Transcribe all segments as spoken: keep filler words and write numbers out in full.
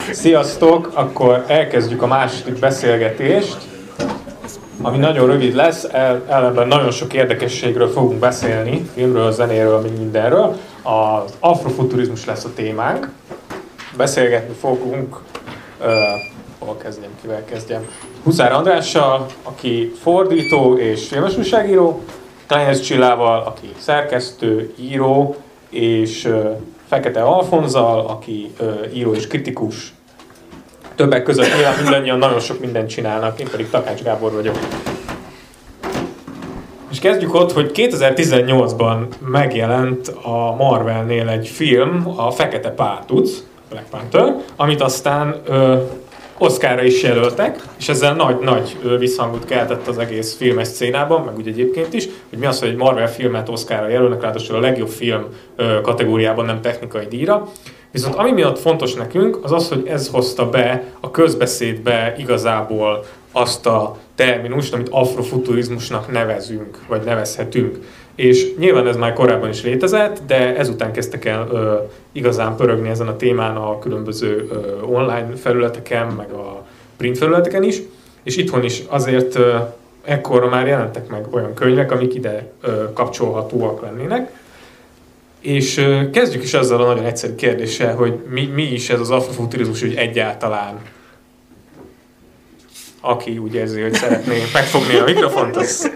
Sziasztok! Akkor elkezdjük a második beszélgetést, ami nagyon rövid lesz, el, ellenben nagyon sok érdekességről fogunk beszélni, filmről, zenéről, mindenről. Az afrofuturizmus lesz a témánk. Beszélgetni fogunk, uh, hol kezdjem, kivel kezdjem, Huszár Andrással, aki fordító és filmes újságíró, Kleines Csillával, aki szerkesztő, író, és uh, Fekete Alfonzzal, aki uh, író és kritikus. Többek között nyilván mindannyian nagyon sok mindent csinálnak, én pedig Takács Gábor vagyok. És kezdjük ott, hogy kétezer-tizennyolcban megjelent a Marvelnél egy film, a Fekete Párduc, Black Panther, amit aztán ö, Oscarra is jelöltek, és ezzel nagy-nagy visszhangot keltett az egész filmes szcénában, meg úgy egyébként is, hogy mi az, hogy egy Marvel filmet Oscarra jelölnek, ráadásul a legjobb film ö, kategóriában, nem technikai díjra. Viszont ami miatt fontos nekünk, az az, hogy ez hozta be a közbeszédbe igazából azt a terminust, amit afrofuturizmusnak nevezünk, vagy nevezhetünk. És nyilván ez már korábban is létezett, de ezután kezdtek el ö, igazán pörögni ezen a témán a különböző ö, online felületeken, meg a print felületeken is. És itthon is azért ö, ekkorra már jelentek meg olyan könyvek, amik ide ö, kapcsolhatóak lennének. És ö, kezdjük is azzal a nagyon egyszerű kérdéssel, hogy mi, mi is ez az afrofuturizmus úgy egyáltalán. Aki úgy érzi, hogy szeretné megfogni a mikrofont, az...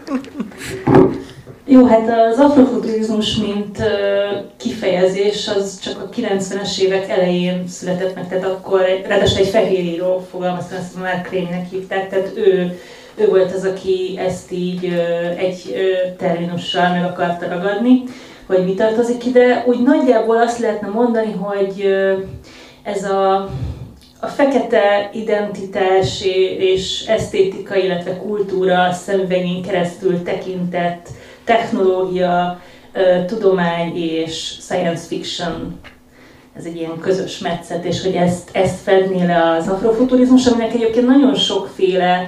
Jó, hát az afrofuturizmus, mint uh, kifejezés, az csak a kilencvenes évek elején született meg, tehát akkor ráadásul egy fehéríró fogalmazta, ezt Mark Crane-nek hívták, tehát ő, ő volt az, aki ezt így uh, egy uh, terminussal meg akarta ragadni, hogy mi tartozik ide. Úgy nagyjából azt lehetne mondani, hogy uh, ez a A fekete identitás és esztétika, illetve kultúra szemüvegén keresztül tekintett technológia, tudomány és science fiction. Ez egy ilyen közös metszet, és hogy ezt, ezt fedné le az afrofuturizmus, aminek egyébként nagyon sokféle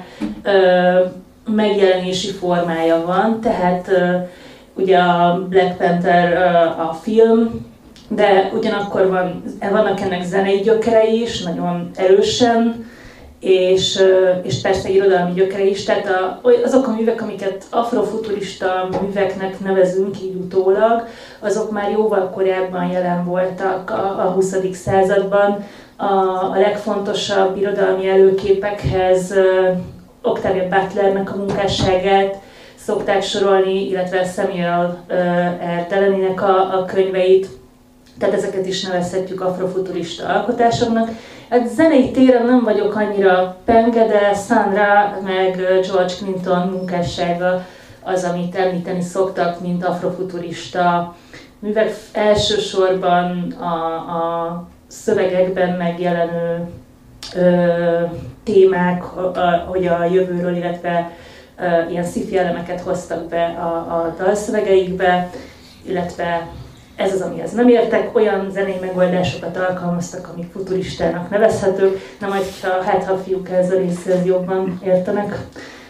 ö, megjelenési formája van. Tehát ö, ugye a Black Panther ö, a film, de ugyanakkor van, vannak ennek zenei gyökerei is, nagyon erősen, és, és persze irodalmi gyökerei is. Tehát a, azok a művek, amiket afrofuturista műveknek nevezünk így utólag, azok már jóval korábban jelen voltak a, a huszadik században. A, a legfontosabb irodalmi előképekhez uh, Octavia Butlernek a munkásságát szokták sorolni, illetve Samuel uh, R. Delany-nek a, a könyveit. Tehát ezeket is nevezhetjük afrofuturista alkotásoknak. Hát zenei téren nem vagyok annyira penge, de Sun Ra meg George Clinton munkássága az, amit említeni szoktak, mint afrofuturista művek. Elsősorban a, a szövegekben megjelenő ö, témák, a, a, hogy a jövőről, illetve ö, ilyen sci-fi elemeket hoztak be a, a dalszövegeikbe, illetve ez az, amihez nem értek, olyan zenei megoldásokat alkalmaztak, amik futuristának nevezhetők, de majd hát ha a fiúk ez a részhez jobban értenek.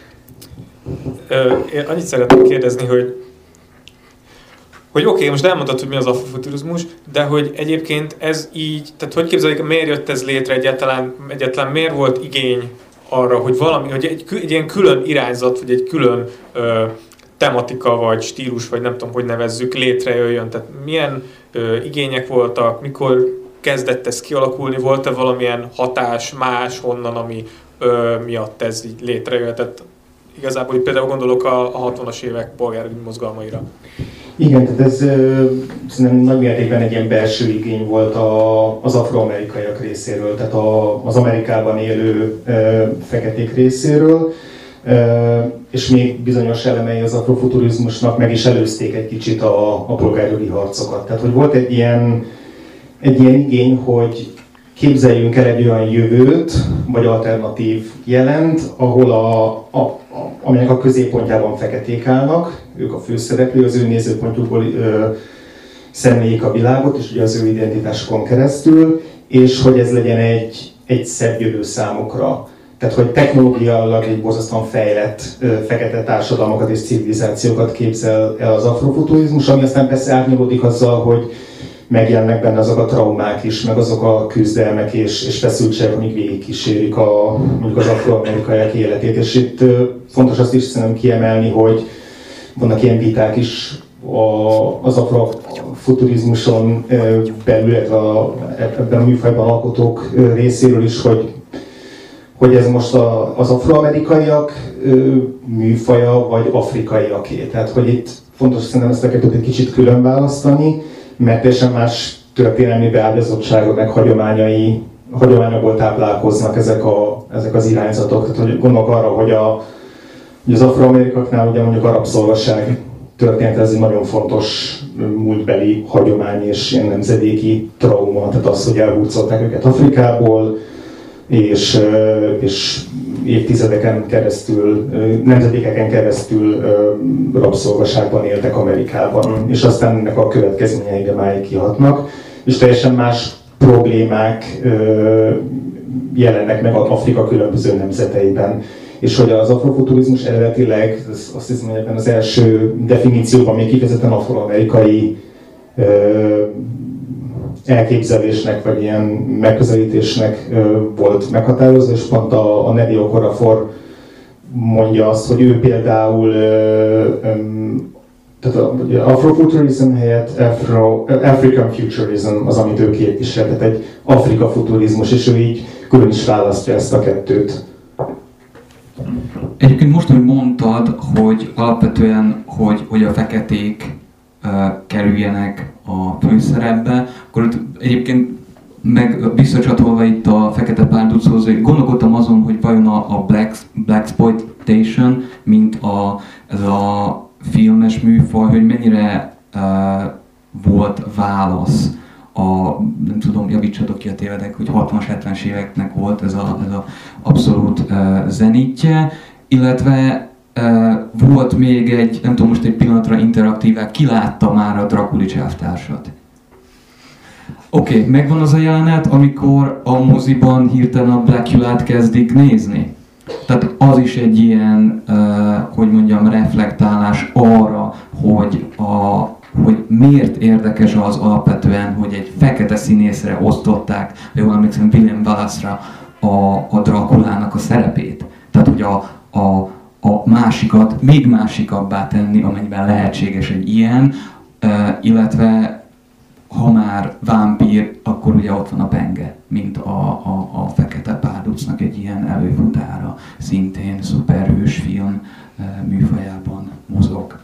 Én annyit szeretném kérdezni, hogy hogy oké, okay, most elmondtad, hogy mi az afrofuturizmus, de hogy egyébként ez így, tehát hogy képzeljük, miért jött ez létre egyáltalán, egyáltalán miért volt igény arra, hogy valami, hogy egy, egy ilyen külön irányzat, vagy egy külön ö, tematika, vagy stílus, vagy nem tudom, hogy nevezzük, létrejöjjön. Tehát milyen ö, igények voltak, mikor kezdett ez kialakulni, volt-e valamilyen hatás más honnan, ami ö, miatt ez így létrejöhetett? Igazából itt például gondolok a, a hatvanas évek polgárügyi mozgalmaira. Igen, tehát ez ö, szerintem nagy mértékben egy ilyen belső igény volt a, az afroamerikaiak részéről, tehát a, az Amerikában élő ö, feketék részéről. Uh, és még bizonyos elemei az afrofuturizmusnak meg is előzték egy kicsit a, a polgárjogi harcokat. Tehát, hogy volt egy ilyen, egy ilyen igény, hogy képzeljünk el egy olyan jövőt, vagy alternatív jelent, ahol a, a, a, aminek a középpontjában feketék állnak, ők a főszereplő, az ő nézőpontjukból uh, szemléljék a világot, és ugye az ő identitásokon keresztül, és hogy ez legyen egy, egy szebb jövő számukra. Tehát, hogy technológiailag egy borzasztóan fejlett ö, fekete társadalmakat és civilizációkat képzel el az afrofuturizmus, ami aztán persze árnyalódik azzal, hogy megjelennek benne azok a traumák is, meg azok a küzdelmek és, és feszültségek, amik végigkísérik a, mondjuk az afroamerikaiak életét. És itt fontos azt is szerintem kiemelni, hogy vannak ilyen viták is az afrofuturizmuson belül, a, ebben a műfajban alkotók részéről is, hogy, hogy ez most a, az afroamerikaiak műfaja, vagy afrikaiaké. Tehát, hogy itt fontos szerintem ezt a kettőt egy kicsit külön választani, mert teljesen más történelmi beágyazottsága, meg hagyományai, hagyományokból táplálkoznak ezek, a, ezek az irányzatok. Tehát, hogy gondolok arra, hogy, a, hogy az afroamerikaknál ugye mondjuk a rabszolgaság történet, ez egy nagyon fontos múltbeli hagyomány és ilyen nemzedéki trauma, tehát az, hogy elhurcolták őket Afrikából, és, és évtizedeken keresztül, nemzedékeken keresztül rabszolgaságban éltek Amerikában, és aztán ennek a következményeire máig kihatnak, és teljesen más problémák jelennek meg az Afrika különböző nemzeteiben. És hogy az afrofuturizmus eredetileg, azt hiszem, hogy ebben az első definícióban még kifejezetten afroamerikai elképzelésnek, vagy ilyen megközelítésnek volt meghatározva, és pont a, a Nnedi Okorafor mondja azt, hogy ő például tehát az afrofuturizm helyett Afro, African futurism az, amit ő képvisel, tehát egy Afrika futurizmus, és ő így külön is választja ezt a kettőt. Egyébként most, hogy mondtad, hogy alapvetően, hogy, hogy a feketék uh, kerüljenek a főszerepbe, akkor egyébként meg visszacsatolva itt a Fekete Párduchoz, hogy gondolkodtam azon, hogy vajon a, a Black, Blaxploitation, mint a, ez a filmes műfaj, hogy mennyire uh, volt válasz a, nem tudom, javítsatok ki a tévedek, hogy hatvanas hetvenes éveknek volt ez a, ez a abszolút uh, zenitje, illetve uh, volt még egy, nem tudom, most egy pillanatra interaktívá, ki látta már a Draculics elvtársat? Oké, okay, megvan az a jelenet, amikor a moziban hirtelen a Blacula-t kezdik nézni. Tehát az is egy ilyen, uh, hogy mondjam, reflektálás arra, hogy, a, hogy miért érdekes az alapvetően, hogy egy fekete színészre osztották, jól emlékszem, William Wallace-ra a, a Draculának a szerepét. Tehát, hogy a, a, a másikat még másikabbá tenni, amennyiben lehetséges egy ilyen, uh, illetve ha már vámpír, akkor ugye ott van a penge, mint a, a, a Fekete Párducnak egy ilyen előfutára, szintén szuperhős film műfajában mozog.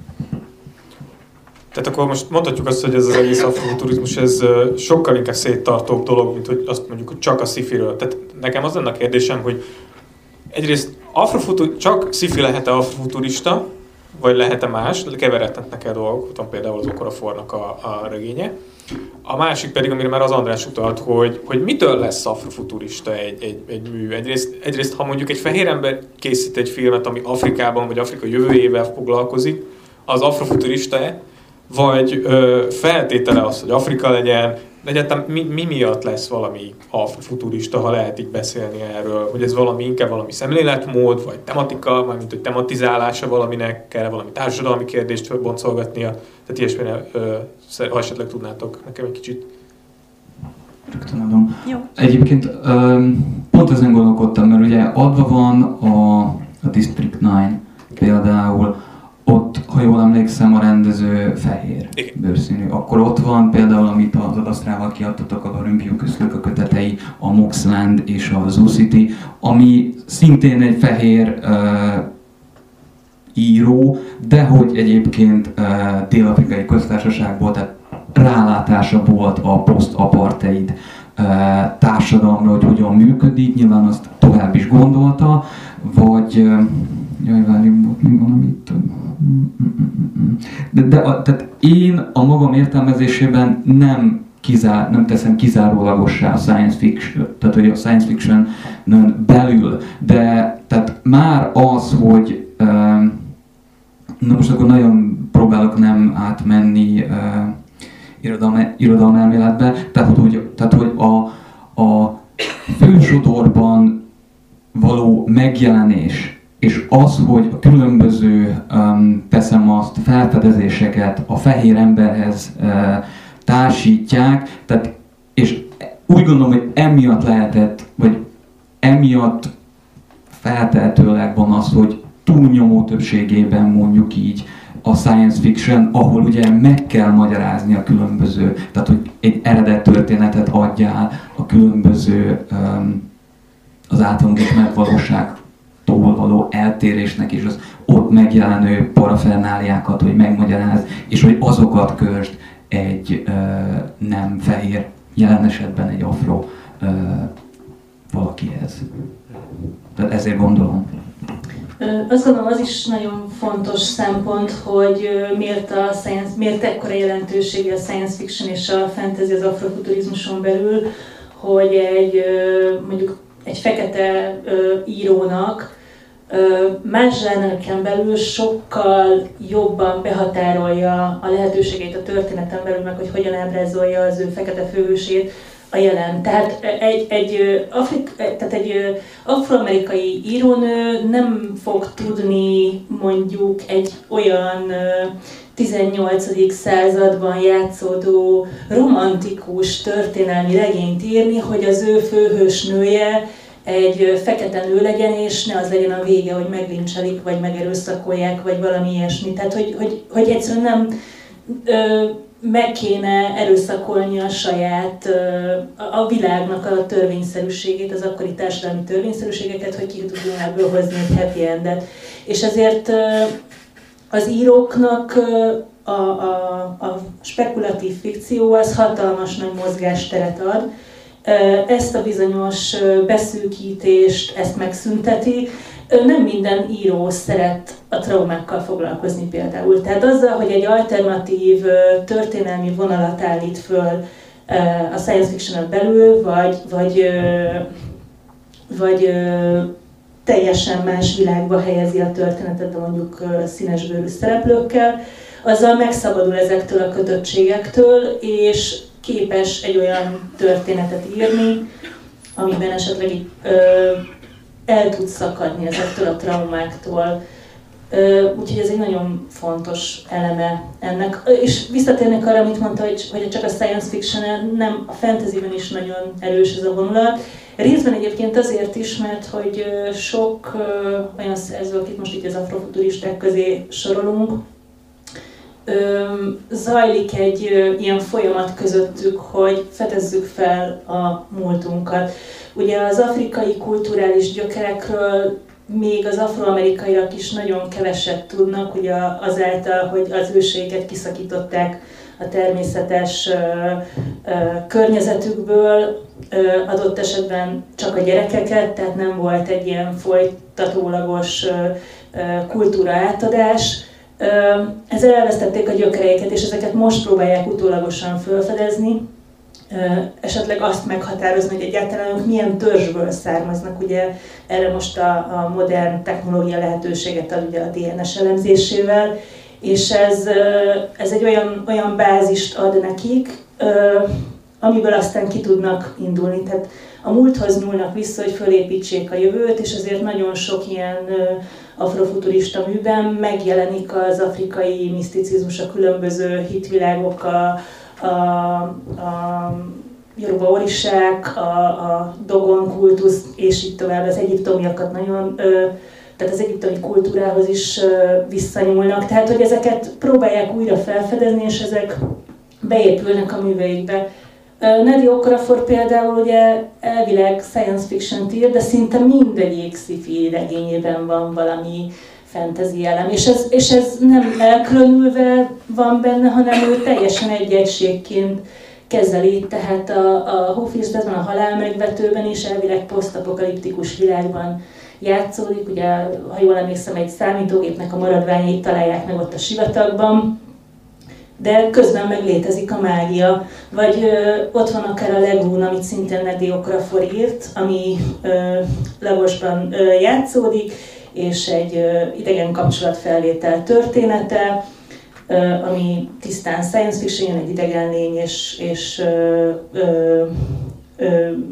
Tehát akkor most mondhatjuk azt, hogy ez az egész afrofuturizmus, ez sokkal inkább széttartóbb dolog, mint hogy azt mondjuk, hogy csak a sci-firől. Tehát nekem az lenne a kérdésem, hogy egyrészt afrofutur, csak sci-fi lehet-e afrofuturista, vagy lehet-e más, keverednek neked dolgok, tudom például az Okorafornak a, a regénye. A másik pedig, amire már az András utalt, hogy, hogy mitől lesz afrofuturista egy, egy, egy mű. Egyrészt, egyrészt, ha mondjuk egy fehér ember készít egy filmet, ami Afrikában vagy Afrika jövőjével foglalkozik, az afrofuturista-e, vagy ö, feltétele az, hogy Afrika legyen, de egyáltalán mi, mi miatt lesz valami afrofuturista, ha lehet így beszélni erről, hogy ez valami inkább valami szemléletmód, vagy tematika, mármint hogy tematizálása valaminek, kell valami társadalmi kérdést fölboncolgatnia, tehát ilyesmire, ha esetleg tudnátok nekem egy kicsit. Rögtön adom. Jó. Egyébként pont ezen gondolkodtam, mert ugye adva van a, a District kilenc például, ott, ha jól emlékszem, a rendező fehér bőrszínű. Akkor ott van például, amit az Adasztrával kiadtatok, a Römpjúköszlők a kötetei, a Moxland és a Zoo City, ami szintén egy fehér uh, író, de hogy egyébként uh, Dél-Afrikai Köztársaságból, tehát rálátása volt a post-apartheid uh, társadalomra, hogy hogyan működik, nyilván azt tovább is gondolta, vagy uh, jaj, várjunk, mi van, amit... De, de a, tehát én a magam értelmezésében nem, kizár, nem teszem kizárólagossá a science fiction, tehát hogy a science fiction belül, de tehát már az, hogy na most akkor nagyon próbálok nem átmenni irodalmi, irodalmelméletbe, tehát hogy, tehát, hogy a, a fősodorban való megjelenés, és az, hogy a különböző, um, teszem azt, felfedezéseket a fehér emberhez uh, társítják, tehát, és úgy gondolom, hogy emiatt lehetett, vagy emiatt feltehetőleg van az, hogy túlnyomó többségében mondjuk így a science fiction, ahol ugye meg kell magyarázni a különböző, tehát hogy egy eredet történetet adjál a különböző um, az általunk ismert valóságtól való eltérésnek, és az ott megjelenő parafernáliákat, hogy megmagyaráz, és hogy azokat kösd egy uh, nem fehér, jelen esetben egy afro uh, valakihez. Tehát ezért gondolom. Azt gondolom, az is nagyon fontos szempont, hogy miért, a science, miért ekkora jelentősége a science fiction és a fantasy az afrofuturizmuson belül, hogy egy mondjuk egy fekete írónak más zsánereken belül sokkal jobban behatárolja a lehetőségeit a történeten belül, meg hogy hogyan ábrázolja az ő fekete főhősét a jelen. Tehát egy, egy, Afrik, tehát egy afroamerikai írónő nem fog tudni mondjuk egy olyan tizennyolcadik században játszódó romantikus történelmi regényt írni, hogy az ő főhős nője egy fekete nő legyen, és ne az legyen a vége, hogy meglincselik, vagy megerőszakolják, vagy valami ilyesmi. Tehát, hogy, hogy, hogy egyszerűen nem ö, meg kéne erőszakolni a saját, ö, a világnak a törvényszerűségét, az akkori társadalmi törvényszerűségeket, hogy ki tudjon ebből hozni egy happy endet. És ezért ö, az íróknak ö, a, a, a spekulatív fikció az hatalmas nagy mozgásteret ad. Ezt a bizonyos beszűkítést, ezt megszünteti. Nem minden író szeret a traumákkal foglalkozni például. Tehát azzal, hogy egy alternatív történelmi vonalat állít föl a science fiction-en belül, vagy, vagy, vagy teljesen más világba helyezi a történetet, de mondjuk színesbőrű szereplőkkel, azzal megszabadul ezektől a kötöttségektől, és képes egy olyan történetet írni, amiben esetleg így, ö, el tud szakadni ezektől a traumáktól. Ö, úgyhogy ez egy nagyon fontos eleme ennek. És visszatérnék arra, amit mondta, hogy, hogy csak a science fiction-en, nem, a fantasyben is nagyon erős ez a vonulat. Részben egyébként azért is, mert hogy sok ö, olyan szerző, akit most így az afrofuturisták közé sorolunk, zajlik egy ilyen folyamat közöttük, hogy fedezzük fel a múltunkat. Ugye az afrikai kulturális gyökerekről még az afroamerikaiak is nagyon keveset tudnak, ugye azáltal, hogy az őseiket kiszakították a természetes környezetükből, adott esetben csak a gyerekeket, tehát nem volt egy ilyen folytatólagos kultúra átadás. Ezzel elvesztették a gyökereiket, és ezeket most próbálják utólagosan felfedezni, esetleg azt meghatározni, hogy egyáltalán ők milyen törzsből származnak. Ugye erre most a, a modern technológia lehetőséget ad ugye a dé en es elemzésével, és ez, ez egy olyan, olyan bázist ad nekik, amiből aztán ki tudnak indulni. Tehát a múlthoz nyúlnak vissza, hogy fölépítsék a jövőt, és azért nagyon sok ilyen afrofuturista műben megjelenik az afrikai miszticizmus, a különböző hitvilágok, a, a, a Yoruba orisák, a, a Dogon kultusz, és így tovább. Az egyiptomiakat nagyon, tehát az egyiptomi kultúrához is visszanyúlnak. Tehát, hogy ezeket próbálják újra felfedezni, és ezek beépülnek a műveikbe. Nnedi Okorafor például ugye elvileg science fiction-t ír, de szinte mindegyik sci-fi regényében van valami fantasy elem. És ez, és ez nem elkülönülve van benne, hanem ő teljesen egy egységként kezeli. Tehát a, a Hófirsztetben, a Halál megvetőben is elvileg posztapokaliptikus világban játszódik. Ugye, ha jól emlékszem, egy számítógépnek a maradványait találják meg ott a sivatagban, de közben meg létezik a mágia. Vagy ö, ott van akár a Legrún, amit szintén Nnedi Okorafor írt, ami ö, Lagosban ö, játszódik, és egy ö, idegen kapcsolatfelvétel története, ö, ami tisztán science fiction, egy idegen lény, és, és ö, ö, ö,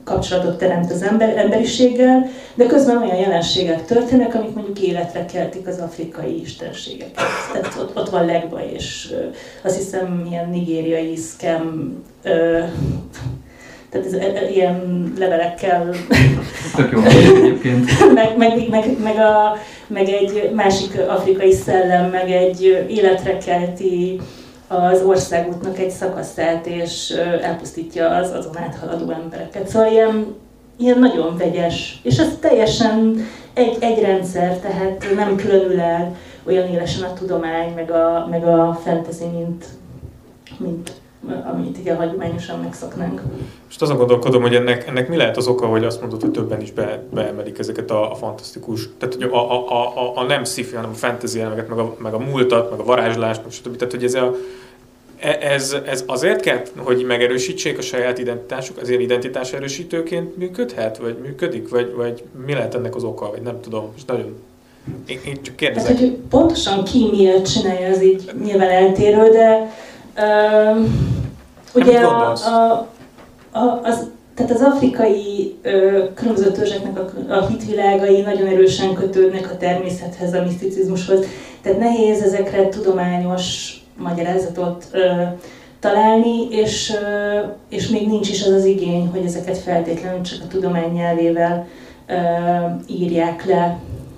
kapcsolatot teremt az ember, emberiséggel, de közben olyan jelenségek történnek, amik mondjuk életre keltik az afrikai istenségeket. Tehát ott, ott van Legba, és ö, azt hiszem ilyen nigériai szkem, ö, tehát ez, e, ilyen levelekkel, Tök jó egyébként. meg, meg, meg, meg, a, meg egy másik afrikai szellem, meg egy életre kelti az országútnak egy szakaszát, és elpusztítja az azon áthaladó embereket. Szóval ilyen, ilyen nagyon vegyes, és ez teljesen egy, egy rendszer, tehát nem különül el olyan élesen a tudomány, meg a, meg a fantasy, mint, mint amit így hagyományosan megszoknánk. Most azon gondolkodom, hogy ennek, ennek mi lehet az oka, hogy azt mondod, hogy többen is be, beemelik ezeket a, a fantasztikus, tehát hogy a, a, a, a nem sci-fi, hanem a fantasy elemeket, meg a, meg a múltat, meg a varázslást, meg stb. Tehát, hogy ez, a, ez, ez azért kell, hogy megerősítsék a saját identitásuk, az ilyen identitás erősítőként működhet, vagy működik, vagy, vagy mi lehet ennek az oka, vagy nem tudom, és nagyon... Én, én csak kérdezek. Hát, hogy pontosan ki miért csinálja, az így nyilván eltérő, de uh, ugye a, a, a, az, tehát az afrikai uh, különböző törzseknek a, a hitvilágai nagyon erősen kötődnek a természethez, a miszticizmushoz, tehát nehéz ezekre tudományos magyarázatot uh, találni, és, uh, és még nincs is az az igény, hogy ezeket feltétlenül csak a tudomány nyelvével uh, írják le.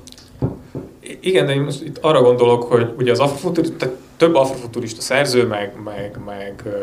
Igen, de én most itt arra gondolok, hogy ugye az afrofuturista, több afrofuturista szerző, meg, meg, meg uh,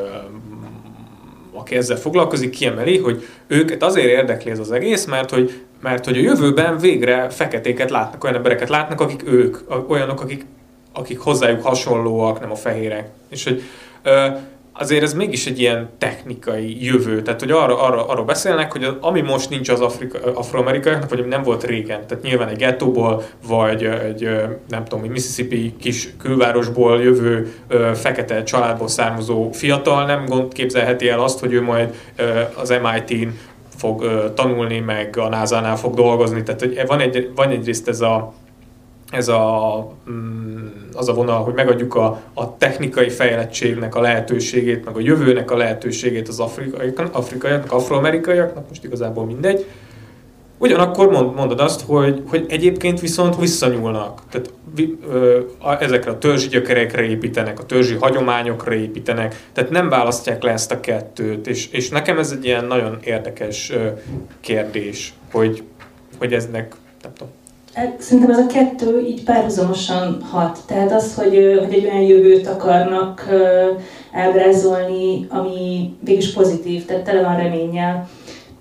aki ezzel foglalkozik, kiemeli, hogy őket azért érdekli ez az egész, mert hogy, mert hogy a jövőben végre feketéket látnak, olyan embereket látnak, akik ők, olyanok, akik, akik hozzájuk hasonlóak, nem a fehérek. És hogy uh, azért ez mégis egy ilyen technikai jövő, tehát hogy arra, arra, arra beszélnek, hogy az, ami most nincs az Afrika, afroamerikaiaknak, vagy ami nem volt régen, tehát nyilván egy gettóból, vagy egy nem tudom, egy Mississippi kis külvárosból jövő ö, fekete családból származó fiatal nem gond, képzelheti el azt, hogy ő majd ö, az em i té-n fog ö, tanulni, meg a násánál fog dolgozni, tehát hogy van, egy, van egyrészt ez a ez a, az a vonal, hogy megadjuk a, a technikai fejlettségnek a lehetőségét, meg a jövőnek a lehetőségét az afrikaiaknak, afrikaiaknak, afroamerikaiaknak, most igazából mindegy. Ugyanakkor mond, mondod azt, hogy, hogy egyébként viszont visszanyúlnak. Tehát ö, ezekre a törzsi gyökerekre építenek, a törzsi hagyományokra építenek, tehát nem választják le ezt a kettőt. És, és nekem ez egy ilyen nagyon érdekes ö, kérdés, hogy, hogy eznek, nem tudom. Szerintem ez a kettő így párhuzamosan hat. Tehát az, hogy, hogy egy olyan jövőt akarnak ábrázolni, ami végülis pozitív, tehát tele van reménnyel.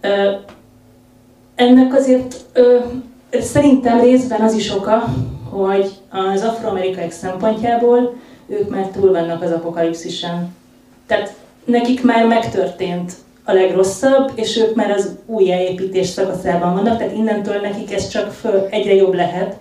Ennek azért szerintem részben az is oka, hogy az afroamerikaiak szempontjából ők már túl vannak az apokalipszisen. Tehát nekik már megtörtént a legrosszabb, és ők már az újjáépítés szakaszában vannak, tehát innentől nekik ez csak föl, egyre jobb lehet.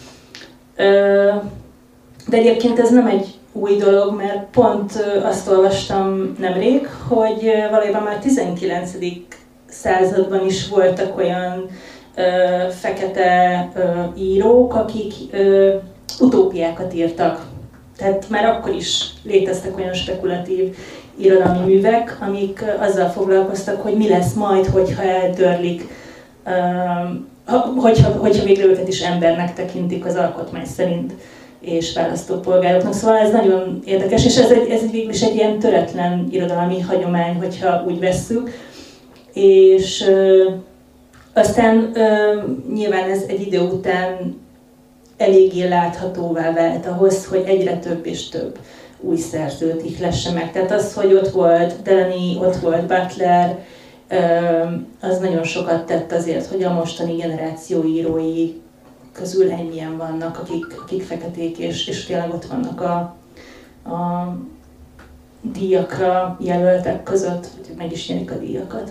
De egyébként ez nem egy új dolog, mert pont azt olvastam nemrég, hogy valójában már a tizenkilencedik században is voltak olyan fekete írók, akik utópiákat írtak. Tehát már akkor is léteztek olyan spekulatív irodalmi művek, amik azzal foglalkoztak, hogy mi lesz majd, hogyha eltörlik, hogyha, hogyha végre őket is embernek tekintik az alkotmány szerint, és választópolgároknak. Szóval ez nagyon érdekes, és ez, egy, ez egy végül is egy ilyen töretlen irodalmi hagyomány, hogyha úgy vesszük. És ö, aztán ö, nyilván ez egy idő után eléggé láthatóvá vált ahhoz, hogy egyre több és több új szerzőt ihlesse meg. Tehát az, hogy ott volt Delany, ott volt Butler, az nagyon sokat tett azért, hogy a mostani generáció írói közül ennyien vannak, akik, akik feketék, és, és tényleg ott vannak a, a díjakra jelöltek között, hogy meg is nyerik a díjakat.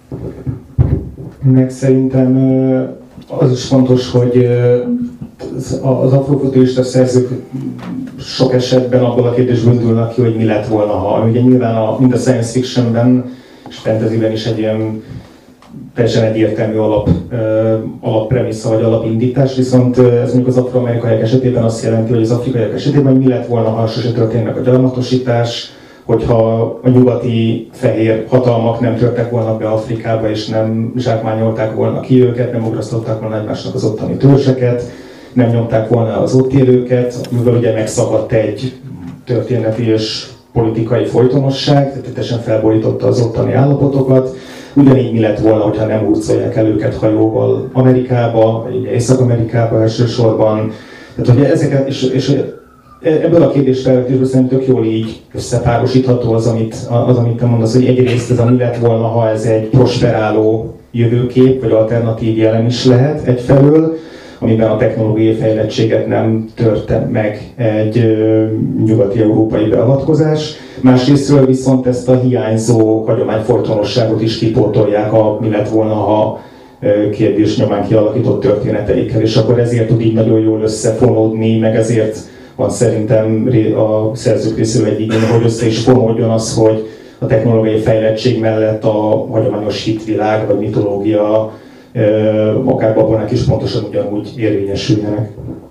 Meg szerintem az is fontos, hogy az afrofuturista szerzők sok esetben abból a kérdésből indulnak ki, hogy mi lett volna, ha. Ugye nyilván a, mind a science fictionben és fantasyben is egy ilyen teljesen egyértelmű alap, alappremissza vagy alapindítás, viszont ez mondjuk az afroamerikaiak esetében azt jelenti, hogy az afrikaiak esetében mi lett volna, ha sose történnek a gyarmatosítás, hogyha a nyugati fehér hatalmak nem törtek volna be Afrikába, és nem zsákmányolták volna ki őket, nem ugrasztották volna egymásnak az ottani törzseket, nem nyomták volna az ott élőket, mivel ugye megszakadt egy történeti és politikai folytonosság, tehát teljesen felborította az ottani állapotokat. Ugyanígy mi lett volna, hogyha nem hurcolják el őket hajóval Amerikába, vagy Észak-Amerikába elsősorban. Tehát ugye ezeket, és, és ebből a kérdésfelvetésből szerintem tök jól így összepárosítható az, amit, az, amit te mondasz, hogy egyrészt ez a mi lett volna, ha ez egy prosperáló jövőkép, vagy alternatív jelen is lehet egyfelől, amiben a technológiai fejlettséget nem törte meg egy ö, nyugati európai beavatkozás. Másrésztről viszont ezt a hiányzó hagyományfolytonosságot is kipótolják a mi lett volna, ha ö, kérdés nyomán kialakított történeteikkel, és akkor ezért tud így nagyon jól összefonódni, meg ezért van szerintem a szerzők részéről egy igény, hogy össze is fonódjon az, hogy a technológiai fejlettség mellett a hagyományos hitvilág vagy mitológia akár babonák is pontosan ugyanúgy érvényesüljenek.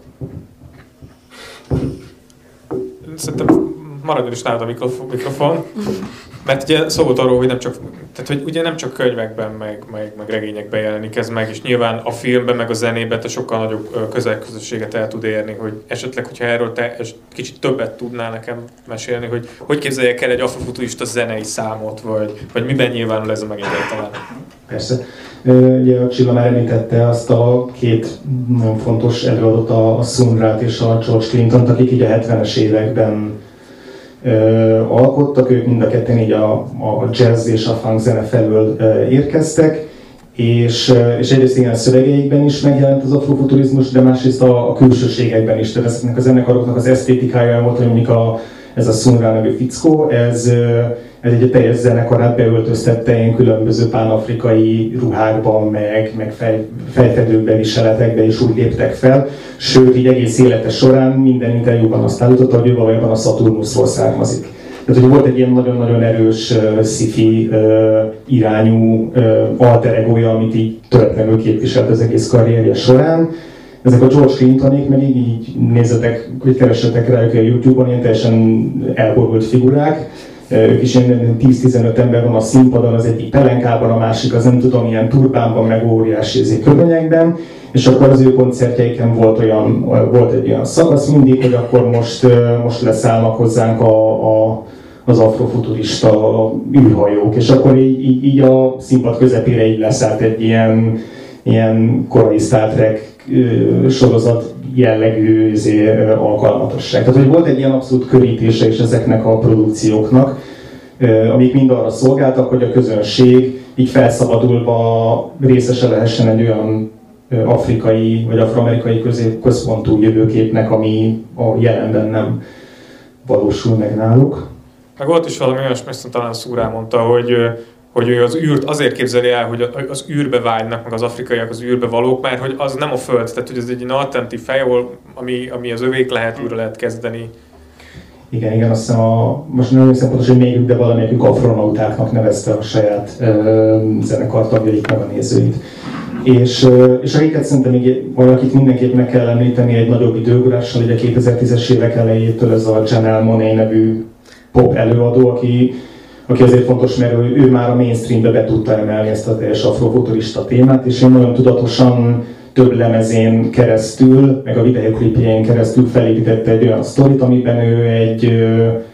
Szerintem maradjon is nálad a mikrofon, mert ugye szó volt arról, hogy nem csak, tehát, hogy ugye nem csak könyvekben, meg, meg, meg regényekben jelenik ez meg, és nyilván a filmben, meg a zenében te sokkal nagyobb közelközösséget el tud érni, hogy esetleg, hogyha erről te kicsit többet tudnál nekem mesélni, hogy hogy képzeljek el egy afrofuturista zenei számot, vagy, vagy miben nyilvánul ez a meg egyáltalán? Persze. Ugye a Csilla már említette azt a két nagyon fontos előadót, a Sun Rát és a George Clinton-t, akik így a hetvenes években uh, alkottak, ők mind a ketten így a, a jazz és a funk zene felől uh, érkeztek, és, uh, és egyrészt ilyen szövegeikben is megjelent az afrofuturizmus, de másrészt a, a külsőségekben is, tehát ezeknek a zenekaroknak az esztétikája volt, hogy mondjuk a, ez a Sun Ra nevű fickó, ez uh, Ez egy teljes zenekarát beöltöztette ilyen különböző pánafrikai ruhákban, meg, meg fej, fejfedőkben, viseletekben is úgy léptek fel. Sőt, így egész élete során minden interjúban azt állította, hogy ő valójában a Saturnusról származik. Tehát, hogy volt egy ilyen nagyon-nagyon erős uh, sci-fi uh, irányú uh, alter egója, amit így töretlenül képviselt az egész karrierje során. Ezek a George Clintonék, meg így, így nézzetek, hogy keressetek rá a YouTube-on, ilyen teljesen elborult figurák. Ők is ilyen tíz-tizenöt ember van a színpadon, az egyik pelenkában, a másik az nem tudom, ilyen turbánban, meg óriási köpenyekben, és akkor az ő koncertjeiken volt, olyan, volt egy olyan szakasz mindig, hogy akkor most, most leszállnak hozzánk a, a, az afrofuturista űrhajók, és akkor így, így, így a színpad közepére így leszállt egy ilyen, ilyen korai Star Trek sorozat jellegű alkalmatosság. Tehát, hogy volt egy ilyen abszolút körítése is ezeknek a produkcióknak, amik mind arra szolgáltak, hogy a közönség így felszabadulva részese lehessen egy olyan afrikai vagy afroamerikai központú jövőképnek, ami a jelenben nem valósul meg náluk. Meg volt is valami olyasmi, ezt talán Szúrá mondta, hogy hogy ő az űrt azért képzeli el, hogy az űrbe vágynak, meg az afrikaiak az űrbe valók, mert hogy az nem a Föld, tehát hogy ez egy alternatív fejjól, ami, ami az övék lehet, újra lehet kezdeni. Igen, igen, azt hiszem, a, most nem emlékszem pontosan, hogy melyikük, de valamelyikük afronautáknak nevezte a saját ö, zenekar tagjait, meg a nézőit. És, ö, és akiket szerintem még valakit mindenképp meg kell említeni egy nagyobb időugrással, ugye a kétezer-tízes évek elejétől ez a Janelle Monáe nevű pop előadó, aki aki azért fontos, mert ő, ő már a mainstreambe be tudta emelni ezt a teljes afrofuturista témát, és én nagyon tudatosan több lemezén keresztül, meg a videoklipjén keresztül felépítette egy olyan sztorit, amiben ő egy,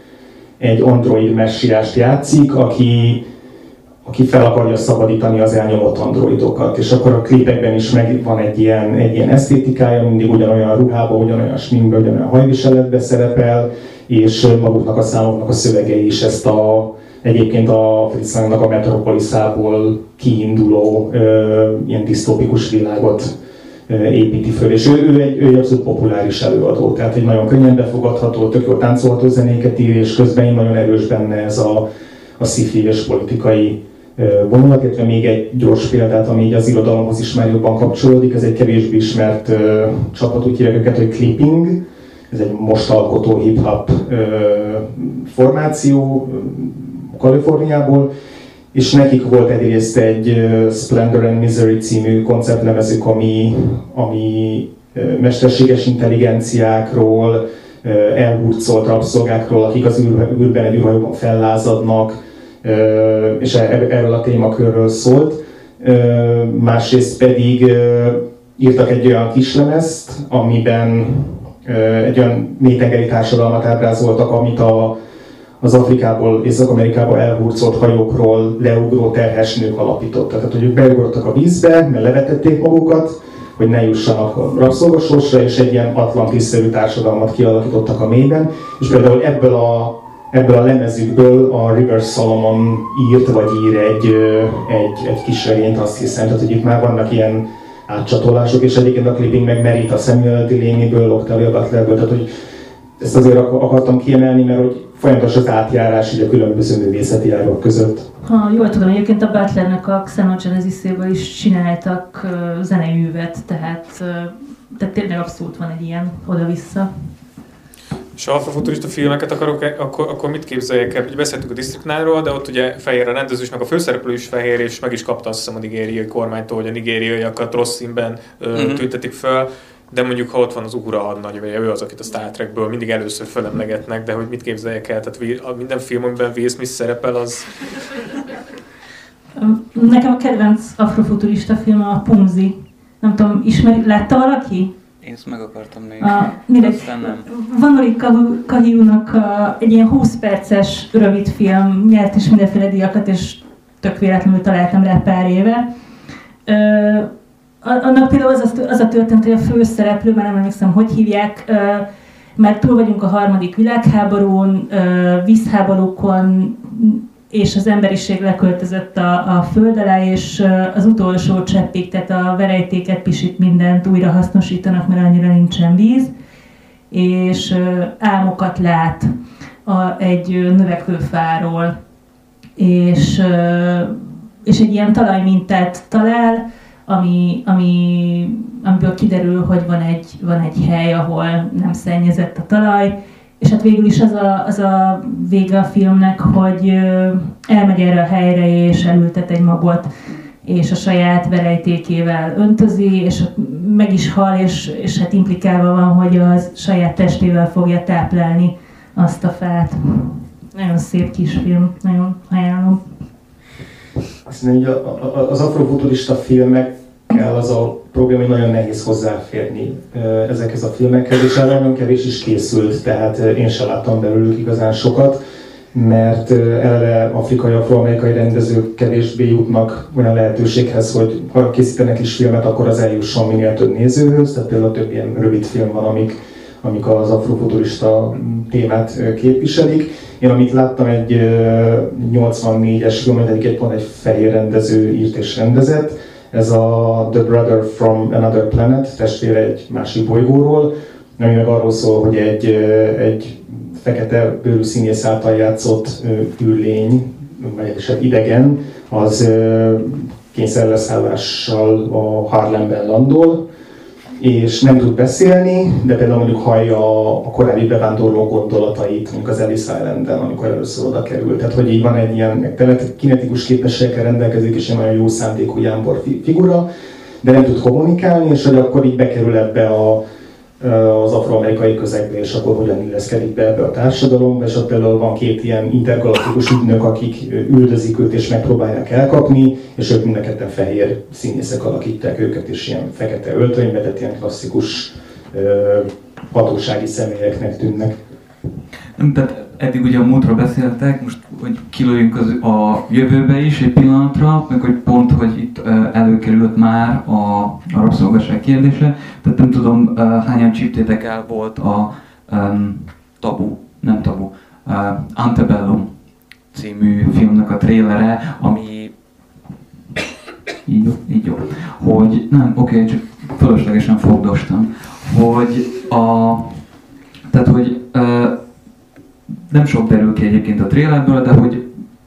egy android messiást játszik, aki, aki fel akarja szabadítani az elnyomott androidokat. És akkor a klipekben is meg van egy ilyen, egy ilyen esztétikája, mindig ugyanolyan ruhában, ugyanolyan sminkben, ugyanolyan hajviseletben szerepel, és maguknak a számoknak a szövegei is ezt a egyébként a Fritz Langnak a Metropoliszából kiinduló ö, ilyen disztópikus világot ö, építi föl. És ő, ő, egy, ő egy abszolút populáris előadó, tehát egy nagyon könnyen befogadható, tök jól táncolható zenéket ír, és közben nagyon erős benne ez a, a sci-fi és politikai ö, vonulat, illetve még egy gyors példát, ami így az irodalomhoz is már jobban kapcsolódik, ez egy kevésbé ismert ö, csapat, úgy hívják őket, hogy Clipping. Ez egy most alkotó hip-hop ö, formáció, Kaliforniából, és nekik volt egyrészt egy uh, Splendor and Misery című konceptlemezük, ami, ami uh, mesterséges intelligenciákról, elhurcolt rabszolgákról, akik az űrben egy űrhajóban fellázadnak, és erről a témakörről szólt. Másrészt pedig írtak egy olyan kislemezt, amiben egy olyan mélytengeri társadalmat ábrázoltak, amit a, az Afrikából, Észak-Amerikából elhurcolt hajókról leugró terhes nők alapítottak. Tehát, hogy ők beugrottak a vízbe, mert levetették magukat, hogy ne jussanak a rabszolgasorsra, és egy ilyen Atlantis-szerű társadalmat kialakítottak a mélyben. És például ebből a, ebből a lemezükből a River Solomon írt, vagy ír egy, egy, egy kis regényt, azt hiszem. Tehát, hogy itt már vannak ilyen átcsatolások, és egyébként a clipping meg merít a Samuel Delaney-ből, Octavia Butlerből, tehát hogy ezt azért akartam kiemelni, mert hogy folyamatos az átjárás így a különböző művészeti ágak között. Ha jól tudom, egyébként a Butlernek a Xenogenesis-éből is csináltak uh, zeneművet, tehát, uh, tehát tényleg abszolút van egy ilyen oda-vissza. És ha afrofuturista filmeket akarok, akkor, akkor mit képzeljek el? Ugye beszéltük a District nine-ról, de ott ugye fehér a rendező is, meg a főszereplő is fehér, és meg is kapta azt hiszem a nigériai kormánytól, hogy a nigériaiakat rossz színben mm-hmm. tüntetik fel. De mondjuk, ha ott van az Uhura hadnagy, vagy ő az, akit a Star Trekből mindig először felemlegetnek, de hogy mit képzeljek el? Tehát minden film, amiben Will Smith szerepel, az... Nekem a kedvenc afrofuturista film a Pumzi. Nem tudom, ismeri, látta valaki? Én ezt meg akartam nézni. A, mindegy, aztán nem. Vanoli Kahiúnak egy ilyen húsz perces rövid film, nyert is mindenféle díjakat, és tök véletlenül találtam rá pár éve. Ö, annak például az, az a történet, hogy a főszereplő, már nem emlékszem, hogy hívják, ö, mert túl vagyunk a harmadik világháborún, ö, vízháborúkon, és az emberiség leköltözött a, a föld alá, és az utolsó cseppig, tehát a verejtéket, pisit, mindent újra hasznosítanak, mert annyira nincsen víz, és álmokat lát a, egy növekvő fáról, és, és egy ilyen talajmintát talál, ami, ami, amiből kiderül, hogy van egy, van egy hely, ahol nem szennyezett a talaj, és hát végül is az a, az a vége a filmnek, hogy elmegy erre a helyre és elültet egy magot, és a saját verejtékével öntözi, és meg is hal, és, és hát implikálva van, hogy a saját testével fogja táplálni azt a fát. Nagyon szép kis film, nagyon ajánlom. Azt mondja, hogy az afrofuturista filmek kell az a probléma, hogy nagyon nehéz hozzáférni ezekhez a filmekhez, és nagyon kevés is készült, tehát én sem láttam belőlük igazán sokat, mert eleve afrikai, afroamerikai rendezők kevésbé jutnak olyan lehetőséghez, hogy ha készítenek is filmet, akkor az eljusson minél több nézőhöz, tehát például több ilyen rövid film van, amik, amik az afrofuturista témát képviselik. Én amit láttam, egy nyolcvannégyes film, egy pont egy fehér rendező írt és rendezett, ez a The Brother from Another Planet, testvére egy másik bolygóról, ami meg arról szól, hogy egy, egy fekete bőrű színész által játszott űrlény, vagyis idegen, az kényszerleszállással a Harlemben landol, és nem tud beszélni, de például mondjuk hallja a korábbi bevándorló gondolatait, mondjuk az Ellis Islanden, amikor először oda került. Tehát, hogy így van egy ilyen kinetikus képességekkel rendelkezik, és egy nagyon jó szándékú jámbor figura, de nem tud kommunikálni, és hogy akkor így bekerül ebbe a, az afroamerikai közegbe, és akkor hogyan illeszkedik be ebbe a társadalomba, és ott például van két ilyen intergalaktikus ügynök, akik üldözik őt és megpróbálják elkapni, és ők mind a ketten fehér színészek alakítják őket, és ilyen fekete öltönybe, tehát ilyen klasszikus hatósági személyeknek tűnnek. Nem, tehát eddig ugye a múltról beszéltek, most hogy kilőjünk az, a jövőbe is egy pillanatra, meg hogy pont, hogy itt előkerült már a, a rabszolgaság kérdése, tehát nem tudom hányan csíptétek el, volt a um, Tabu, nem Tabu, uh, Antebellum című filmnek a trélere, ami így jó, így jó, hogy nem, oké, okay, csak fölöslegesen fogdostam, hogy a, tehát hogy uh, nem sok derül ki egyébként a trailerből, de hogy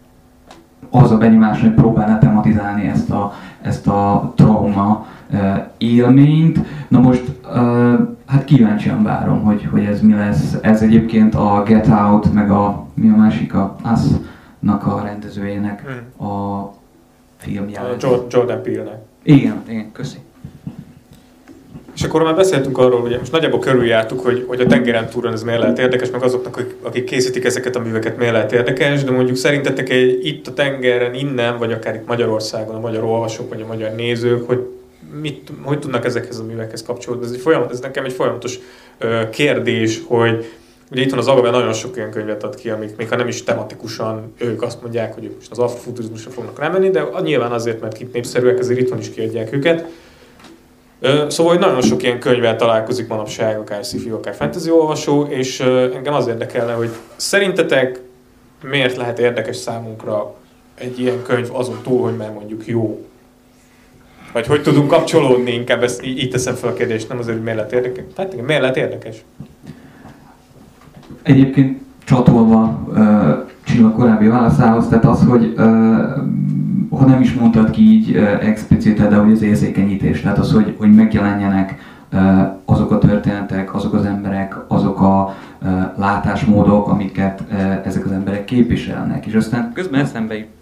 az a benyomás, hogy próbálna tematizálni ezt a, ezt a trauma uh, élményt. Na most uh, hát kíváncsian várom, hogy, hogy ez mi lesz. Ez egyébként a Get Out, meg a, mi a másik, a Us-nak a rendezőjének hmm. a filmje. A Jordan Peele-nek. Igen, igen, köszi. És És akkor már beszéltünk arról, hogy most nagyjából körüljártuk, hogy, hogy a tengeren túlon ez miért lehet érdekes, meg azoknak, akik, akik készítik ezeket a műveket, miért lehet érdekes, de mondjuk szerintetek egy, itt a tengeren, innen, vagy akár itt Magyarországon, a magyar olvasók, vagy a magyar nézők, hogy mit, hogy tudnak ezekhez a művekhez kapcsolódni. Ez, egy folyamat, ez nekem egy folyamatos ö, kérdés, hogy ugye itthon az Agave nagyon sok olyan könyvet ad ki, amik még ha nem is tematikusan ők azt mondják, hogy ők most az afrofuturizmusra fognak rámenni, de nyilván azért, mert itt népszerűek, ezért itthon is kiadják őket. Szóval, hogy nagyon sok ilyen könyvvel találkozik manapság, akár sci-fi, akár fantasy olvasó, és engem az érdekelne, hogy szerintetek miért lehet érdekes számunkra egy ilyen könyv azon túl, hogy már mondjuk jó? Vagy hogy tudunk kapcsolódni, inkább ezt így teszem fel a kérdést, nem azért, hogy miért lehet érdekes. Hát igen, miért lehet érdekes? Egyébként csatolva uh, Csilla korábbi válaszához, tehát az, hogy uh, ha nem is mondtad ki így uh, explicite, de hogy az érzékenyítés, tehát az, hogy, hogy megjelenjenek uh, azok a történetek, azok az emberek, azok a uh, látásmódok, amiket uh, ezek az emberek képviselnek. És aztán közben eszembe jut...